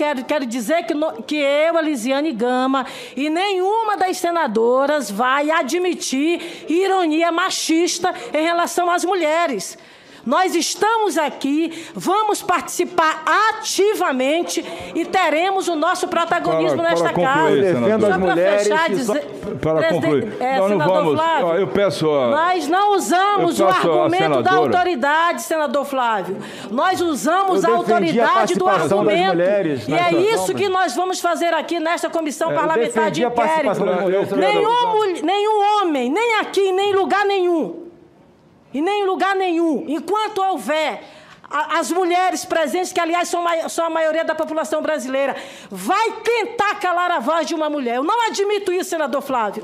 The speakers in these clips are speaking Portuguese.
quero dizer que eu, Elisiane Gama, e nenhuma das senadoras vai admitir ironia machista em relação às mulheres. Nós estamos aqui, vamos participar ativamente e teremos o nosso protagonismo nesta casa. Defendo as mulheres. Para concluir. Não vamos. Flávio, eu peço. Nós não usamos o argumento da autoridade, senador Flávio. Nós usamos a autoridade do argumento. E é isso que nós vamos fazer aqui nesta comissão parlamentar de inquérito. Nenhum homem, nem aqui, nem em lugar nenhum. E nem em lugar nenhum, enquanto houver as mulheres presentes, que aliás são a maioria da população brasileira, vai tentar calar a voz de uma mulher. Eu não admito isso, senador Flávio.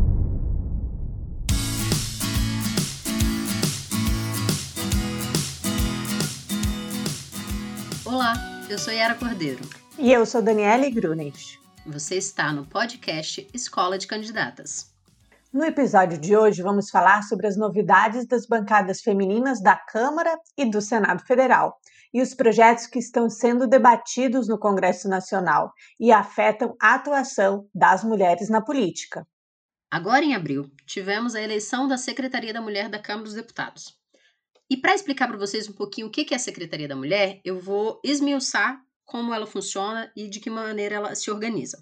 Olá, eu sou Yara Cordeiro. E eu sou Daniele Grunich. Você está no podcast Escola de Candidatas. No episódio de hoje, vamos falar sobre as novidades das bancadas femininas da Câmara e do Senado Federal e os projetos que estão sendo debatidos no Congresso Nacional e afetam a atuação das mulheres na política. Agora, em abril, tivemos a eleição da Secretaria da Mulher da Câmara dos Deputados. E para explicar para vocês um pouquinho o que é a Secretaria da Mulher, eu vou esmiuçar como ela funciona e de que maneira ela se organiza.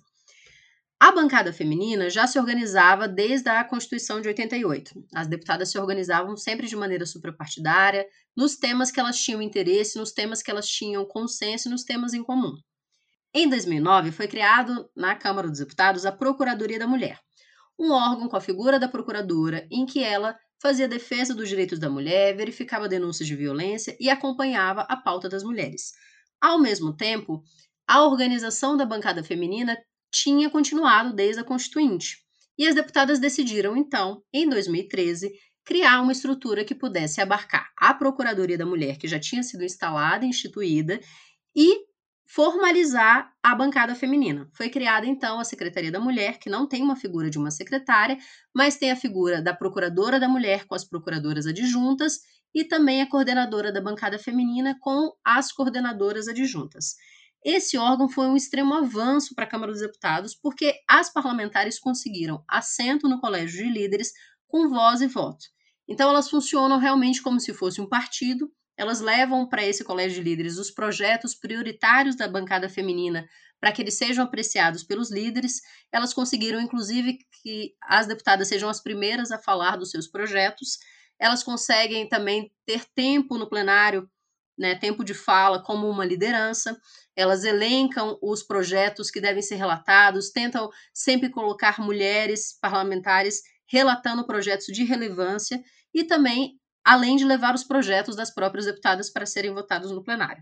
A bancada feminina já se organizava desde a Constituição de 88. As deputadas se organizavam sempre de maneira suprapartidária, nos temas que elas tinham interesse, nos temas que elas tinham consenso e nos temas em comum. Em 2009, foi criado na Câmara dos Deputados a Procuradoria da Mulher, um órgão com a figura da procuradora em que ela fazia defesa dos direitos da mulher, verificava denúncias de violência e acompanhava a pauta das mulheres. Ao mesmo tempo, a organização da bancada feminina tinha continuado desde a Constituinte. E as deputadas decidiram, então, em 2013, criar uma estrutura que pudesse abarcar a Procuradoria da Mulher, que já tinha sido instalada e instituída, e formalizar a bancada feminina. Foi criada, então, a Secretaria da Mulher, que não tem uma figura de uma secretária, mas tem a figura da Procuradora da Mulher com as procuradoras adjuntas e também a coordenadora da bancada feminina com as coordenadoras adjuntas. Esse órgão foi um extremo avanço para a Câmara dos Deputados, porque as parlamentares conseguiram assento no Colégio de Líderes com voz e voto. Então, elas funcionam realmente como se fosse um partido, elas levam para esse Colégio de Líderes os projetos prioritários da bancada feminina para que eles sejam apreciados pelos líderes. Elas conseguiram, inclusive, que as deputadas sejam as primeiras a falar dos seus projetos. Elas conseguem também ter tempo no plenário, tempo de fala como uma liderança. Elas elencam os projetos que devem ser relatados, tentam sempre colocar mulheres parlamentares relatando projetos de relevância e também, além de levar os projetos das próprias deputadas para serem votados no plenário.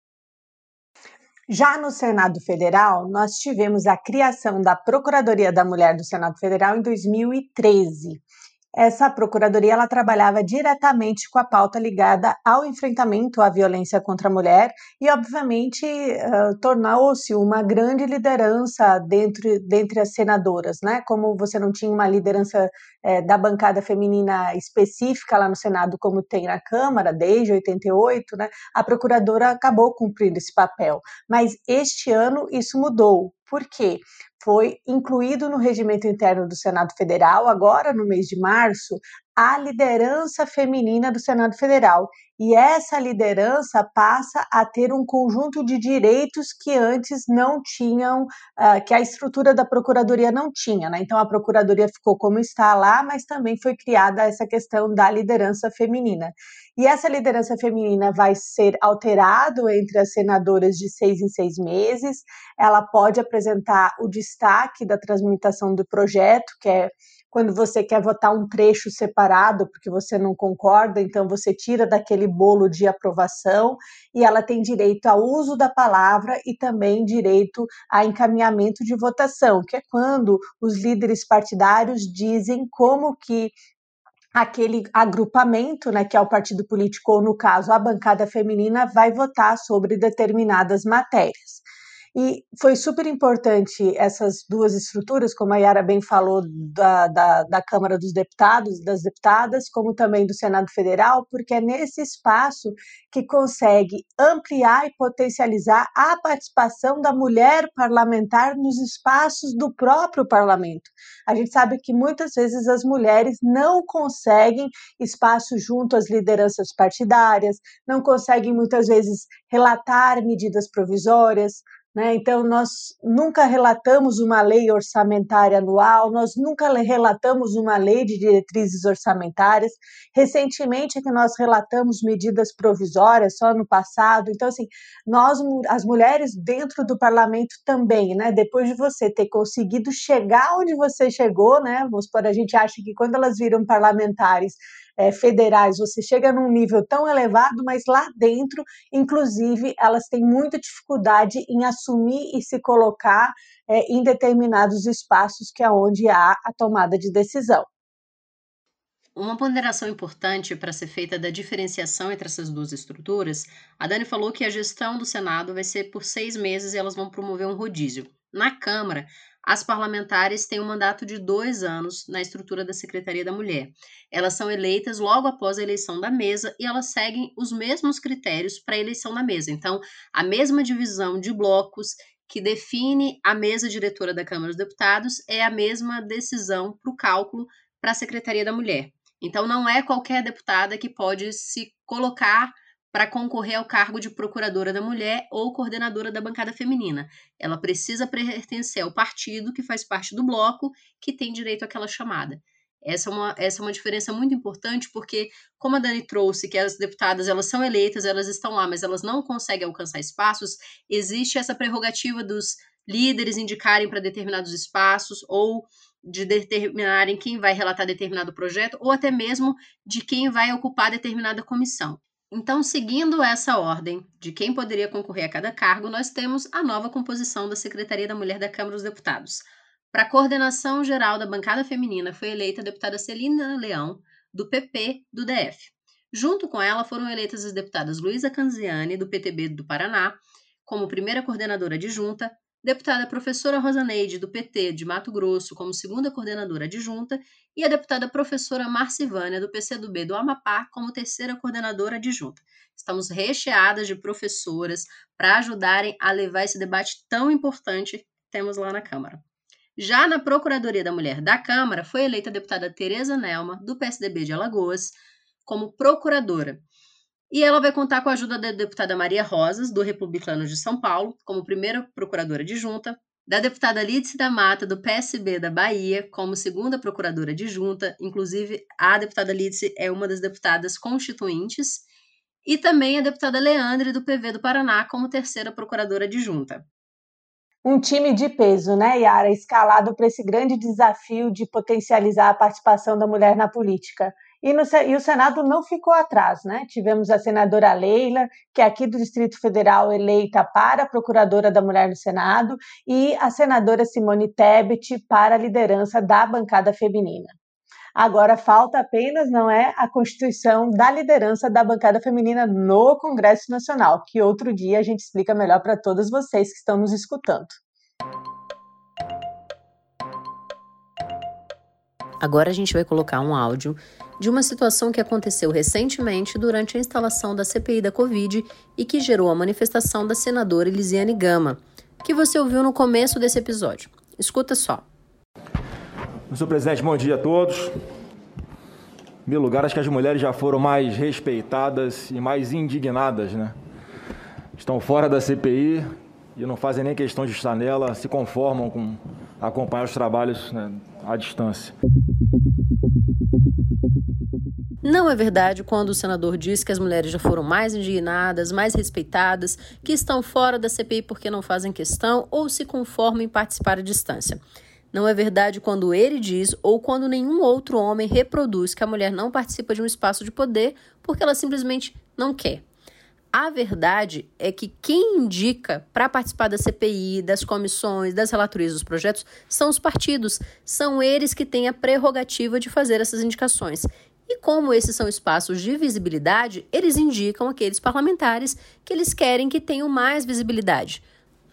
Já no Senado Federal, nós tivemos a criação da Procuradoria da Mulher do Senado Federal em 2013. Essa procuradoria ela trabalhava diretamente com a pauta ligada ao enfrentamento à violência contra a mulher e, obviamente, tornou-se uma grande liderança dentre as senadoras, né? Como você não tinha uma liderança da bancada feminina específica lá no Senado, como tem na Câmara, desde 88, né? A procuradora acabou cumprindo esse papel. Mas este ano isso mudou. Por quê? Foi incluído no regimento interno do Senado Federal, agora no mês de março, a liderança feminina do Senado Federal. E essa liderança passa a ter um conjunto de direitos que antes não tinham, que a estrutura da Procuradoria não tinha, né? Então, a Procuradoria ficou como está lá, mas também foi criada essa questão da liderança feminina. E essa liderança feminina vai ser alterada entre as senadoras de 6 em 6 meses. Ela pode apresentar o destaque da tramitação do projeto, que é quando você quer votar um trecho separado porque você não concorda, então você tira daquele bolo de aprovação, e ela tem direito ao uso da palavra e também direito a encaminhamento de votação, que é quando os líderes partidários dizem como que aquele agrupamento, né, que é o partido político, ou no caso a bancada feminina, vai votar sobre determinadas matérias. E foi super importante essas duas estruturas, como a Yara bem falou, da Câmara dos Deputados, das deputadas, como também do Senado Federal, porque é nesse espaço que consegue ampliar e potencializar a participação da mulher parlamentar nos espaços do próprio parlamento. A gente sabe que muitas vezes as mulheres não conseguem espaço junto às lideranças partidárias, não conseguem muitas vezes relatar medidas provisórias, né? Então, nós nunca relatamos uma lei orçamentária anual, nós nunca relatamos uma lei de diretrizes orçamentárias. Recentemente é que nós relatamos medidas provisórias, só no passado. Então, assim, nós, as mulheres dentro do parlamento também, né? Depois de você ter conseguido chegar onde você chegou, né? Vamos supor, a gente acha que quando elas viram parlamentares federais, você chega num nível tão elevado, mas lá dentro, inclusive, elas têm muita dificuldade em assumir e se colocar em determinados espaços que é onde há a tomada de decisão. Uma ponderação importante para ser feita da diferenciação entre essas duas estruturas, a Dani falou que a gestão do Senado vai ser por 6 meses e elas vão promover um rodízio. Na Câmara, as parlamentares têm um mandato de 2 anos na estrutura da Secretaria da Mulher. Elas são eleitas logo após a eleição da mesa e elas seguem os mesmos critérios para a eleição da mesa. Então, a mesma divisão de blocos que define a mesa diretora da Câmara dos Deputados é a mesma decisão para o cálculo para a Secretaria da Mulher. Então, não é qualquer deputada que pode se colocar para concorrer ao cargo de procuradora da mulher ou coordenadora da bancada feminina. Ela precisa pertencer ao partido que faz parte do bloco que tem direito àquela chamada. Essa é uma diferença muito importante porque, como a Dani trouxe, que as deputadas elas são eleitas, elas estão lá, mas elas não conseguem alcançar espaços, existe essa prerrogativa dos líderes indicarem para determinados espaços ou de determinarem quem vai relatar determinado projeto ou até mesmo de quem vai ocupar determinada comissão. Então, seguindo essa ordem de quem poderia concorrer a cada cargo, nós temos a nova composição da Secretaria da Mulher da Câmara dos Deputados. Para a coordenação geral da bancada feminina foi eleita a deputada Celina Leão, do PP do DF. Junto com ela foram eleitas as deputadas Luísa Canziani, do PTB do Paraná, como primeira coordenadora adjunta, deputada professora Rosaneide, do PT de Mato Grosso, como segunda coordenadora adjunta, e a deputada professora Marcivânia, do PCdoB do Amapá, como terceira coordenadora adjunta. Estamos recheadas de professoras para ajudarem a levar esse debate tão importante que temos lá na Câmara. Já na Procuradoria da Mulher da Câmara, foi eleita a deputada Tereza Nelma, do PSDB de Alagoas, como procuradora. E ela vai contar com a ajuda da deputada Maria Rosas, do Republicanos de São Paulo, como primeira procuradora adjunta, da deputada Lídice da Mata, do PSB da Bahia, como segunda procuradora adjunta, inclusive a deputada Lídice é uma das deputadas constituintes, e também a deputada Leandre, do PV do Paraná, como terceira procuradora adjunta. Um time de peso, né, Yara, escalado para esse grande desafio de potencializar a participação da mulher na política. E o Senado não ficou atrás, né? Tivemos a senadora Leila, que é aqui do Distrito Federal, eleita para Procuradora da Mulher no Senado, e a senadora Simone Tebet para a liderança da bancada feminina. Agora falta apenas, não é, a constituição da liderança da bancada feminina no Congresso Nacional, que outro dia a gente explica melhor para todas vocês que estão nos escutando. Agora a gente vai colocar um áudio de uma situação que aconteceu recentemente durante a instalação da CPI da Covid e que gerou a manifestação da senadora Elisiane Gama, que você ouviu no começo desse episódio. Escuta só. Senhor presidente, bom dia a todos. Em primeiro lugar, acho que as mulheres já foram mais respeitadas e mais indignadas, né? Estão fora da CPI e não fazem nem questão de estar nela, se conformam com acompanhar os trabalhos, né, à distância. Não é verdade quando o senador diz que as mulheres já foram mais indignadas, mais respeitadas, que estão fora da CPI porque não fazem questão ou se conformam em participar à distância. Não é verdade quando ele diz ou quando nenhum outro homem reproduz que a mulher não participa de um espaço de poder porque ela simplesmente não quer. A verdade é que quem indica para participar da CPI, das comissões, das relatorias dos projetos, são os partidos. São eles que têm a prerrogativa de fazer essas indicações. E como esses são espaços de visibilidade, eles indicam aqueles parlamentares que eles querem que tenham mais visibilidade.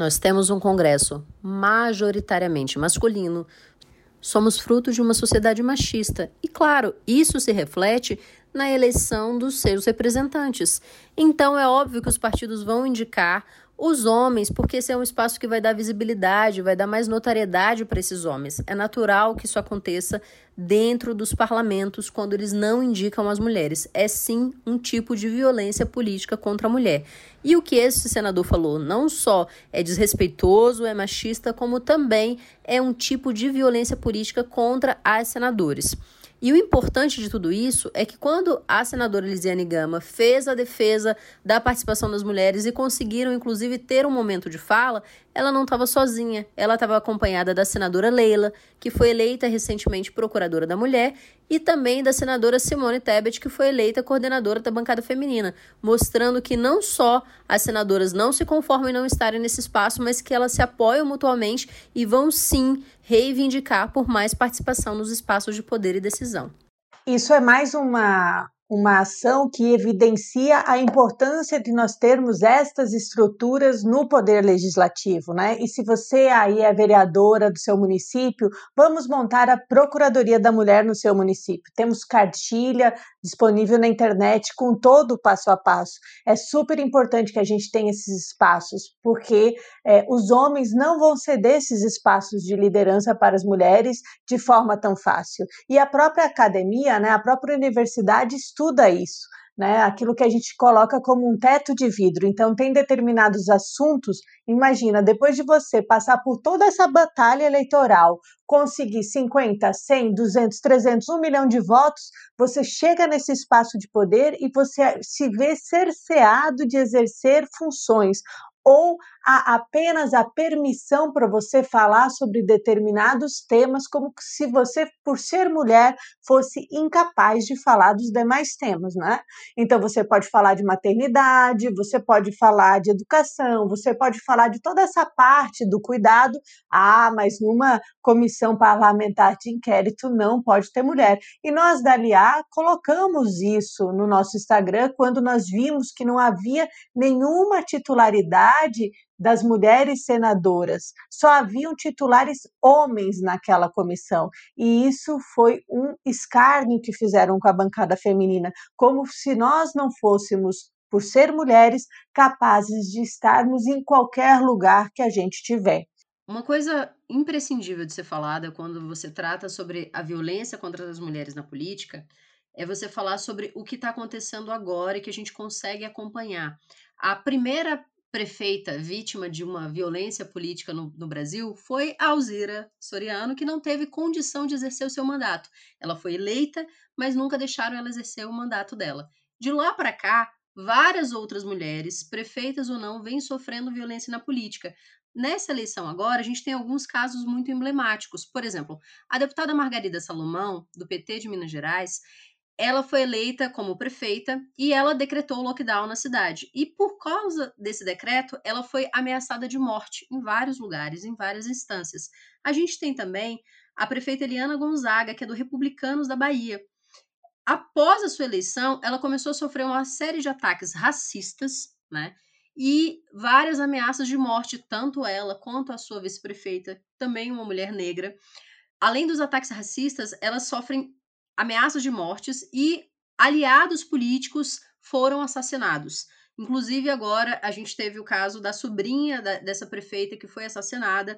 Nós temos um Congresso majoritariamente masculino, somos fruto de uma sociedade machista e, claro, isso se reflete na eleição dos seus representantes. Então, é óbvio que os partidos vão indicar os homens, porque esse é um espaço que vai dar visibilidade, vai dar mais notariedade para esses homens. É natural que isso aconteça dentro dos parlamentos quando eles não indicam as mulheres. É sim um tipo de violência política contra a mulher. E o que esse senador falou não só é desrespeitoso, é machista, como também é um tipo de violência política contra as senadoras. E o importante de tudo isso é que quando a senadora Elisiane Gama fez a defesa da participação das mulheres e conseguiram, inclusive, ter um momento de fala, ela não estava sozinha. Ela estava acompanhada da senadora Leila, que foi eleita recentemente procuradora da mulher, e também da senadora Simone Tebet, que foi eleita coordenadora da bancada feminina, mostrando que não só as senadoras não se conformam em não estarem nesse espaço, mas que elas se apoiam mutuamente e vão sim reivindicar por mais participação nos espaços de poder e decisão. Isso é mais uma ação que evidencia a importância de nós termos estas estruturas no poder legislativo, né? E se você aí é vereadora do seu município, vamos montar a Procuradoria da Mulher no seu município. Temos cartilha disponível na internet com todo o passo a passo. É super importante que a gente tenha esses espaços, porque os homens não vão ceder esses espaços de liderança para as mulheres de forma tão fácil. E a própria academia, né, a própria universidade estuda isso, né? Aquilo que a gente coloca como um teto de vidro. Então, tem determinados assuntos, imagina, depois de você passar por toda essa batalha eleitoral, conseguir 50, 100, 200, 300, 1 milhão de votos, você chega nesse espaço de poder e você se vê cerceado de exercer funções, ou há apenas a permissão para você falar sobre determinados temas, como se você, por ser mulher, fosse incapaz de falar dos demais temas, né? Então, você pode falar de maternidade, você pode falar de educação, você pode falar de toda essa parte do cuidado. Mas numa comissão parlamentar de inquérito não pode ter mulher. E nós, da LIA, colocamos isso no nosso Instagram quando nós vimos que não havia nenhuma titularidade das mulheres senadoras, só haviam titulares homens naquela comissão, e isso foi um escárnio que fizeram com a bancada feminina, como se nós não fôssemos, por ser mulheres, capazes de estarmos em qualquer lugar que a gente tiver. Uma coisa imprescindível de ser falada quando você trata sobre a violência contra as mulheres na política é você falar sobre o que está acontecendo agora e que a gente consegue acompanhar. A primeira prefeita vítima de uma violência política no Brasil foi a Alzira Soriano, que não teve condição de exercer o seu mandato. Ela foi eleita, mas nunca deixaram ela exercer o mandato dela. De lá para cá, várias outras mulheres, prefeitas ou não, vêm sofrendo violência na política. Nessa eleição agora, a gente tem alguns casos muito emblemáticos. Por exemplo, a deputada Margarida Salomão, do PT de Minas Gerais, ela foi eleita como prefeita e ela decretou o lockdown na cidade. E por causa desse decreto, ela foi ameaçada de morte em vários lugares, em várias instâncias. A gente tem também a prefeita Eliana Gonzaga, que é do Republicanos da Bahia. Após a sua eleição, ela começou a sofrer uma série de ataques racistas, né? E várias ameaças de morte, tanto ela quanto a sua vice-prefeita, também uma mulher negra. Além dos ataques racistas, elas sofrem ameaças de mortes e aliados políticos foram assassinados. Inclusive, agora, a gente teve o caso da sobrinha dessa prefeita que foi assassinada,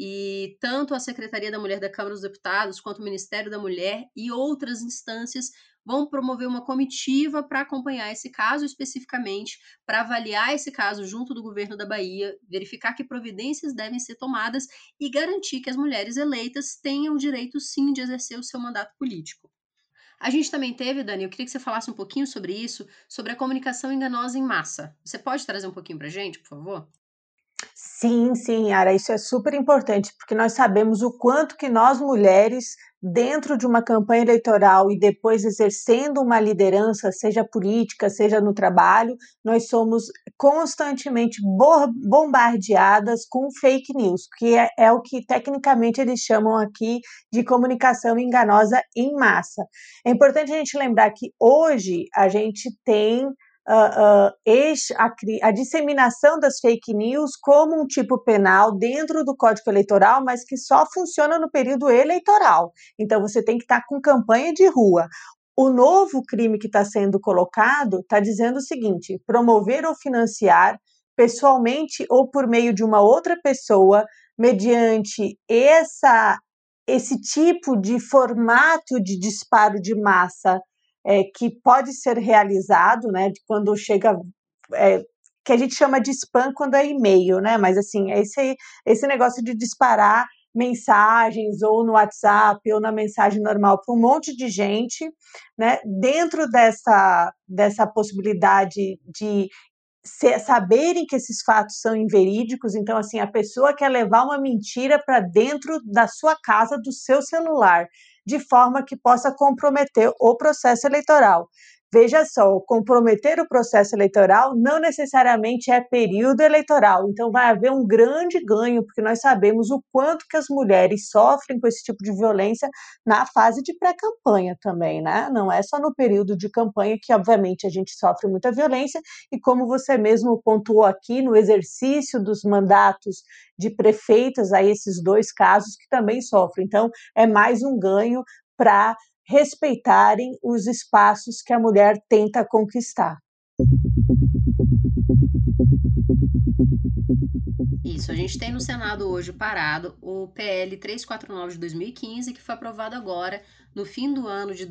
e tanto a Secretaria da Mulher da Câmara dos Deputados, quanto o Ministério da Mulher e outras instâncias vão promover uma comitiva para acompanhar esse caso especificamente, para avaliar esse caso junto do governo da Bahia, verificar que providências devem ser tomadas e garantir que as mulheres eleitas tenham o direito, sim, de exercer o seu mandato político. A gente também teve, Dani, eu queria que você falasse um pouquinho sobre isso, sobre a comunicação enganosa em massa. Você pode trazer um pouquinho para a gente, por favor? Sim, Yara, isso é super importante, porque nós sabemos o quanto que nós mulheres, dentro de uma campanha eleitoral e depois exercendo uma liderança, seja política, seja no trabalho, nós somos constantemente bombardeadas com fake news, que é o que tecnicamente eles chamam aqui de comunicação enganosa em massa. É importante a gente lembrar que hoje a gente tem a disseminação das fake news como um tipo penal dentro do Código Eleitoral, mas que só funciona no período eleitoral. Então, você tem que estar com campanha de rua. O novo crime que está sendo colocado está dizendo o seguinte: promover ou financiar pessoalmente ou por meio de uma outra pessoa, mediante esse tipo de formato de disparo de massa que pode ser realizado, né, quando chega, que a gente chama de spam quando é e-mail, né, mas assim, esse negócio de disparar mensagens ou no WhatsApp ou na mensagem normal para um monte de gente, né, dentro dessa possibilidade de saberem que esses fatos são inverídicos. Então, assim, a pessoa quer levar uma mentira para dentro da sua casa, do seu celular, de forma que possa comprometer o processo eleitoral. Veja só, comprometer o processo eleitoral não necessariamente é período eleitoral, então vai haver um grande ganho, porque nós sabemos o quanto que as mulheres sofrem com esse tipo de violência na fase de pré-campanha também, né? Não é só no período de campanha que, obviamente, a gente sofre muita violência, e como você mesmo pontuou aqui, no exercício dos mandatos de prefeitas, aí esses 2 casos que também sofrem. Então, é mais um ganho para respeitarem os espaços que a mulher tenta conquistar. Isso, a gente tem no Senado hoje parado o PL 349 de 2015, que foi aprovado agora no fim do ano de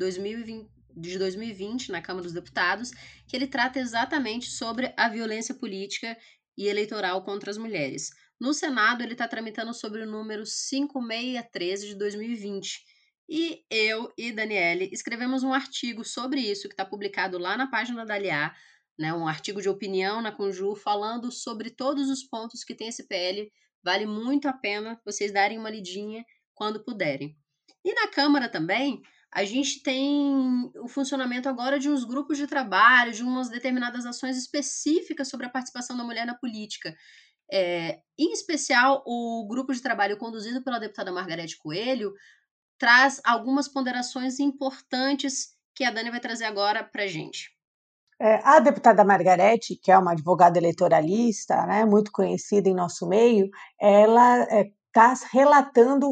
2020 na Câmara dos Deputados, que ele trata exatamente sobre a violência política e eleitoral contra as mulheres. No Senado, ele está tramitando sobre o número 5613 de 2020. E eu e Daniele escrevemos um artigo sobre isso, que está publicado lá na página da Aliar, né, um artigo de opinião na Conjur, falando sobre todos os pontos que tem esse PL. Vale muito a pena vocês darem uma lidinha quando puderem. E na Câmara também, a gente tem o funcionamento agora de uns grupos de trabalho, de umas determinadas ações específicas sobre a participação da mulher na política. Em especial, o grupo de trabalho conduzido pela deputada Margarete Coelho traz algumas ponderações importantes que a Dani vai trazer agora para a gente. A deputada Margarete, que é uma advogada eleitoralista, né, muito conhecida em nosso meio, ela está relatando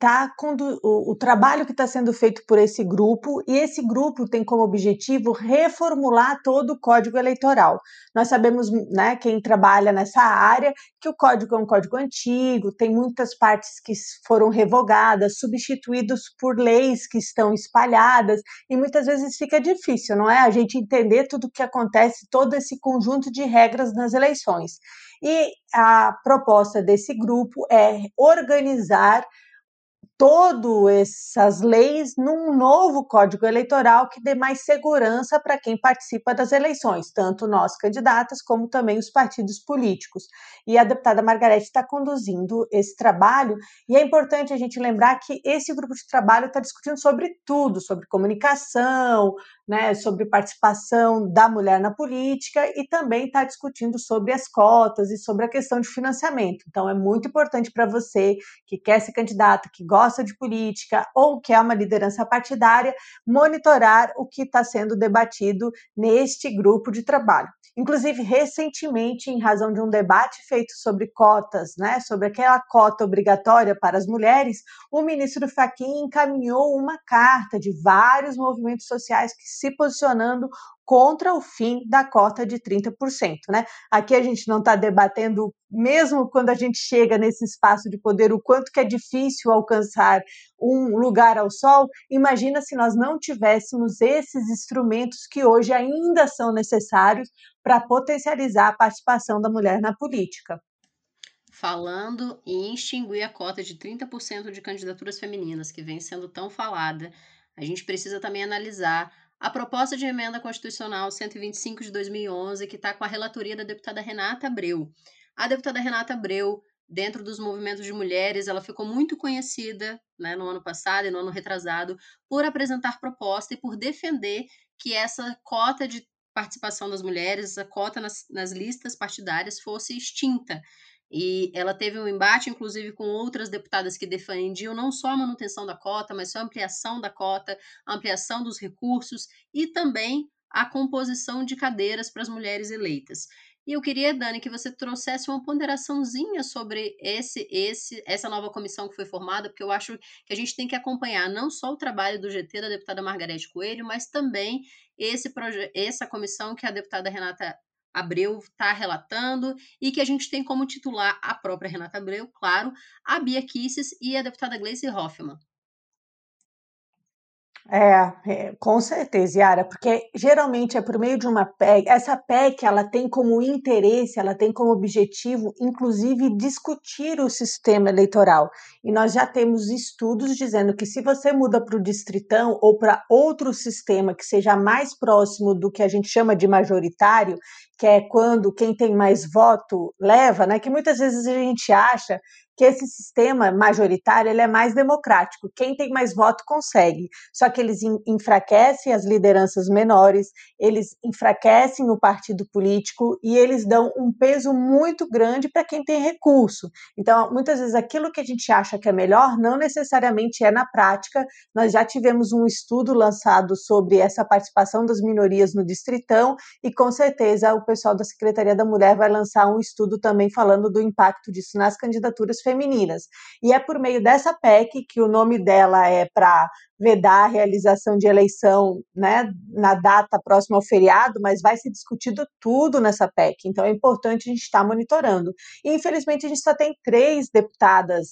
o trabalho que está sendo feito por esse grupo, e esse grupo tem como objetivo reformular todo o Código Eleitoral. Nós sabemos, né, quem trabalha nessa área, que o código é um código antigo, tem muitas partes que foram revogadas, substituídos por leis que estão espalhadas, e muitas vezes fica difícil, não é? A gente entender tudo o que acontece, todo esse conjunto de regras nas eleições. E a proposta desse grupo é organizar todas essas leis num novo Código Eleitoral que dê mais segurança para quem participa das eleições, tanto nós candidatas como também os partidos políticos. E a deputada Margarete está conduzindo esse trabalho, e é importante a gente lembrar que esse grupo de trabalho está discutindo sobre tudo, sobre comunicação, né, sobre participação da mulher na política, e também está discutindo sobre as cotas e sobre a questão de financiamento. Então é muito importante para você que quer ser candidata, que gosta de política ou quer uma liderança partidária, monitorar o que está sendo debatido neste grupo de trabalho. Inclusive, recentemente, em razão de um debate feito sobre cotas, né, sobre aquela cota obrigatória para as mulheres, o ministro Fachin encaminhou uma carta de vários movimentos sociais que se posicionando contra o fim da cota de 30%, né? Aqui a gente não está debatendo, mesmo quando a gente chega nesse espaço de poder, o quanto que é difícil alcançar um lugar ao sol. Imagina se nós não tivéssemos esses instrumentos que hoje ainda são necessários para potencializar a participação da mulher na política. Falando em extinguir a cota de 30% de candidaturas femininas, que vem sendo tão falada, a gente precisa também analisar a proposta de emenda constitucional 125 de 2011, que está com a relatoria da deputada Renata Abreu. A deputada Renata Abreu, dentro dos movimentos de mulheres, ela ficou muito conhecida, né, no ano passado e no ano retrasado, por apresentar proposta e por defender que essa cota de participação das mulheres, a cota nas listas partidárias fosse extinta. E ela teve um embate, inclusive, com outras deputadas que defendiam não só a manutenção da cota, mas só a ampliação da cota, a ampliação dos recursos e também a composição de cadeiras para as mulheres eleitas. E eu queria, Dani, que você trouxesse uma ponderaçãozinha sobre essa nova comissão que foi formada, porque eu acho que a gente tem que acompanhar não só o trabalho do GT da deputada Margarete Coelho, mas também essa comissão que a deputada Renata Abreu está relatando e que a gente tem como titular a própria Renata Abreu, claro, a Bia Kicis e a deputada Gleice Hoffmann. Com certeza, Yara, porque geralmente é por meio de uma PEC. Essa PEC ela tem como interesse, ela tem como objetivo, inclusive, discutir o sistema eleitoral. E nós já temos estudos dizendo que se você muda para o distritão ou para outro sistema que seja mais próximo do que a gente chama de majoritário, que é quando quem tem mais voto leva, né? Que muitas vezes a gente acha que esse sistema majoritário ele é mais democrático, quem tem mais voto consegue, só que eles enfraquecem as lideranças menores, eles enfraquecem o partido político e eles dão um peso muito grande para quem tem recurso. Então, muitas vezes aquilo que a gente acha que é melhor não necessariamente é na prática. Nós já tivemos um estudo lançado sobre essa participação das minorias no distritão e com certeza o pessoal da Secretaria da Mulher vai lançar um estudo também falando do impacto disso nas candidaturas femininas. E é por meio dessa PEC, que o nome dela é para vedar a realização de eleição, né, na data próxima ao feriado, mas vai ser discutido tudo nessa PEC, então é importante a gente estar monitorando. E, infelizmente, a gente só tem 3 deputadas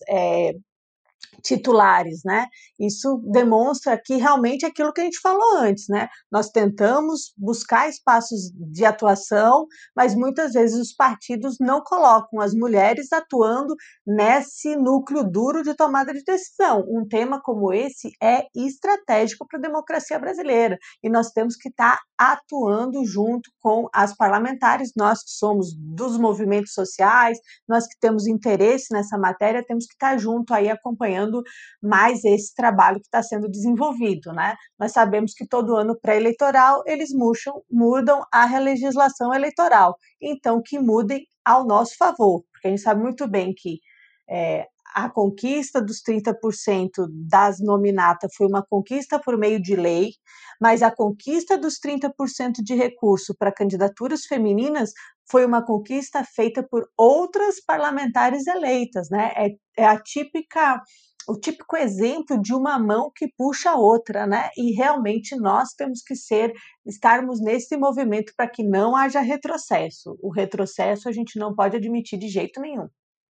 titulares, né? Isso demonstra que realmente é aquilo que a gente falou antes, né? Nós tentamos buscar espaços de atuação, mas muitas vezes os partidos não colocam as mulheres atuando nesse núcleo duro de tomada de decisão. Um tema como esse é estratégico para a democracia brasileira e nós temos que estar atuando junto com as parlamentares, nós que somos dos movimentos sociais, nós que temos interesse nessa matéria, temos que estar junto aí acompanhando mais esse trabalho que está sendo desenvolvido, né? Nós sabemos que todo ano pré-eleitoral eles mudam a legislação eleitoral, então que mudem ao nosso favor, porque a gente sabe muito bem que a conquista dos 30% das nominatas foi uma conquista por meio de lei, mas a conquista dos 30% de recurso para candidaturas femininas foi uma conquista feita por outras parlamentares eleitas, né? O típico exemplo de uma mão que puxa a outra, né? E realmente nós temos que estarmos nesse movimento para que não haja retrocesso. O retrocesso a gente não pode admitir de jeito nenhum.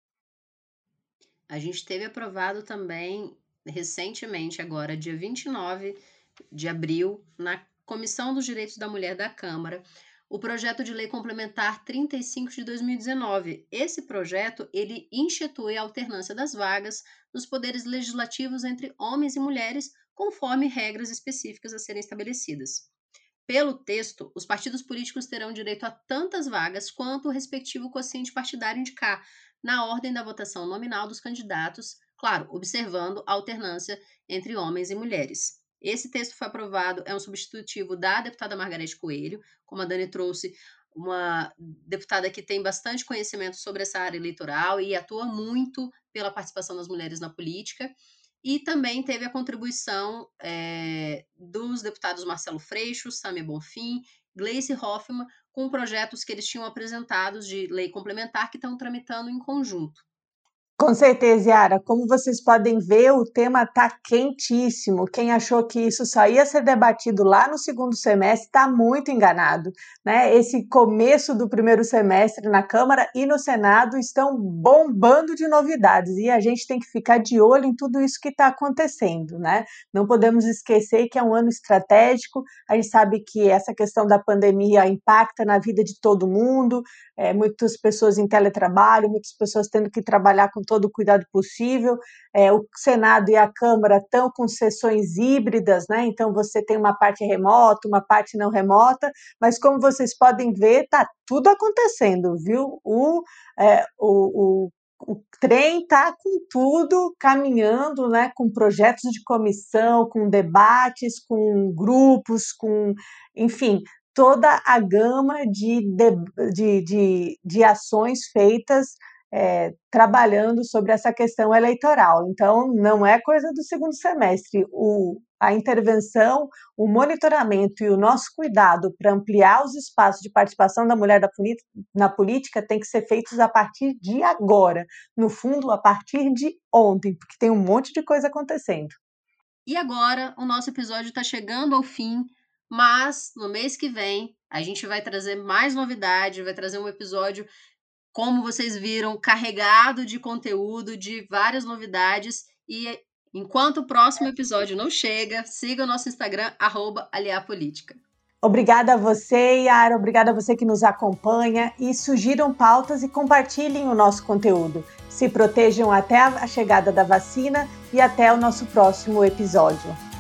A gente teve aprovado também, recentemente, agora, dia 29 de abril, na Comissão dos Direitos da Mulher da Câmara, o projeto de lei complementar 35 de 2019. Esse projeto, ele institui a alternância das vagas nos poderes legislativos entre homens e mulheres, conforme regras específicas a serem estabelecidas. Pelo texto, os partidos políticos terão direito a tantas vagas quanto o respectivo quociente partidário indicar, na ordem da votação nominal dos candidatos, claro, observando a alternância entre homens e mulheres. Esse texto foi aprovado, é um substitutivo da deputada Margarete Coelho, como a Dani trouxe, uma deputada que tem bastante conhecimento sobre essa área eleitoral e atua muito pela participação das mulheres na política. E também teve a contribuição dos deputados Marcelo Freixo, Samia Bonfim, Gleice Hoffmann, com projetos que eles tinham apresentados de lei complementar que estão tramitando em conjunto. Com certeza, Yara. Como vocês podem ver, o tema está quentíssimo. Quem achou que isso só ia ser debatido lá no segundo semestre está muito enganado, né? Esse começo do primeiro semestre na Câmara e no Senado estão bombando de novidades e a gente tem que ficar de olho em tudo isso que está acontecendo, né? Não podemos esquecer que é um ano estratégico. A gente sabe que essa questão da pandemia impacta na vida de todo mundo, muitas pessoas em teletrabalho, muitas pessoas tendo que trabalhar com todo o cuidado possível. O Senado e a Câmara estão com sessões híbridas, né? Então você tem uma parte remota, uma parte não remota, mas como vocês podem ver, está tudo acontecendo, viu? O trem está com tudo caminhando, né? Com projetos de comissão, com debates, com grupos, enfim, toda a gama de ações feitas trabalhando sobre essa questão eleitoral. Então, não é coisa do segundo semestre. A intervenção, o monitoramento e o nosso cuidado para ampliar os espaços de participação da mulher na política tem que ser feitos a partir de agora. No fundo, a partir de ontem, porque tem um monte de coisa acontecendo. E agora, o nosso episódio está chegando ao fim, mas no mês que vem a gente vai trazer mais novidade, vai trazer um episódio, como vocês viram, carregado de conteúdo, de várias novidades. E enquanto o próximo episódio não chega, siga o nosso Instagram, @aliapolítica. Obrigada a você, Yara, obrigada a você que nos acompanha, e sugiram pautas e compartilhem o nosso conteúdo. Se protejam até a chegada da vacina e até o nosso próximo episódio.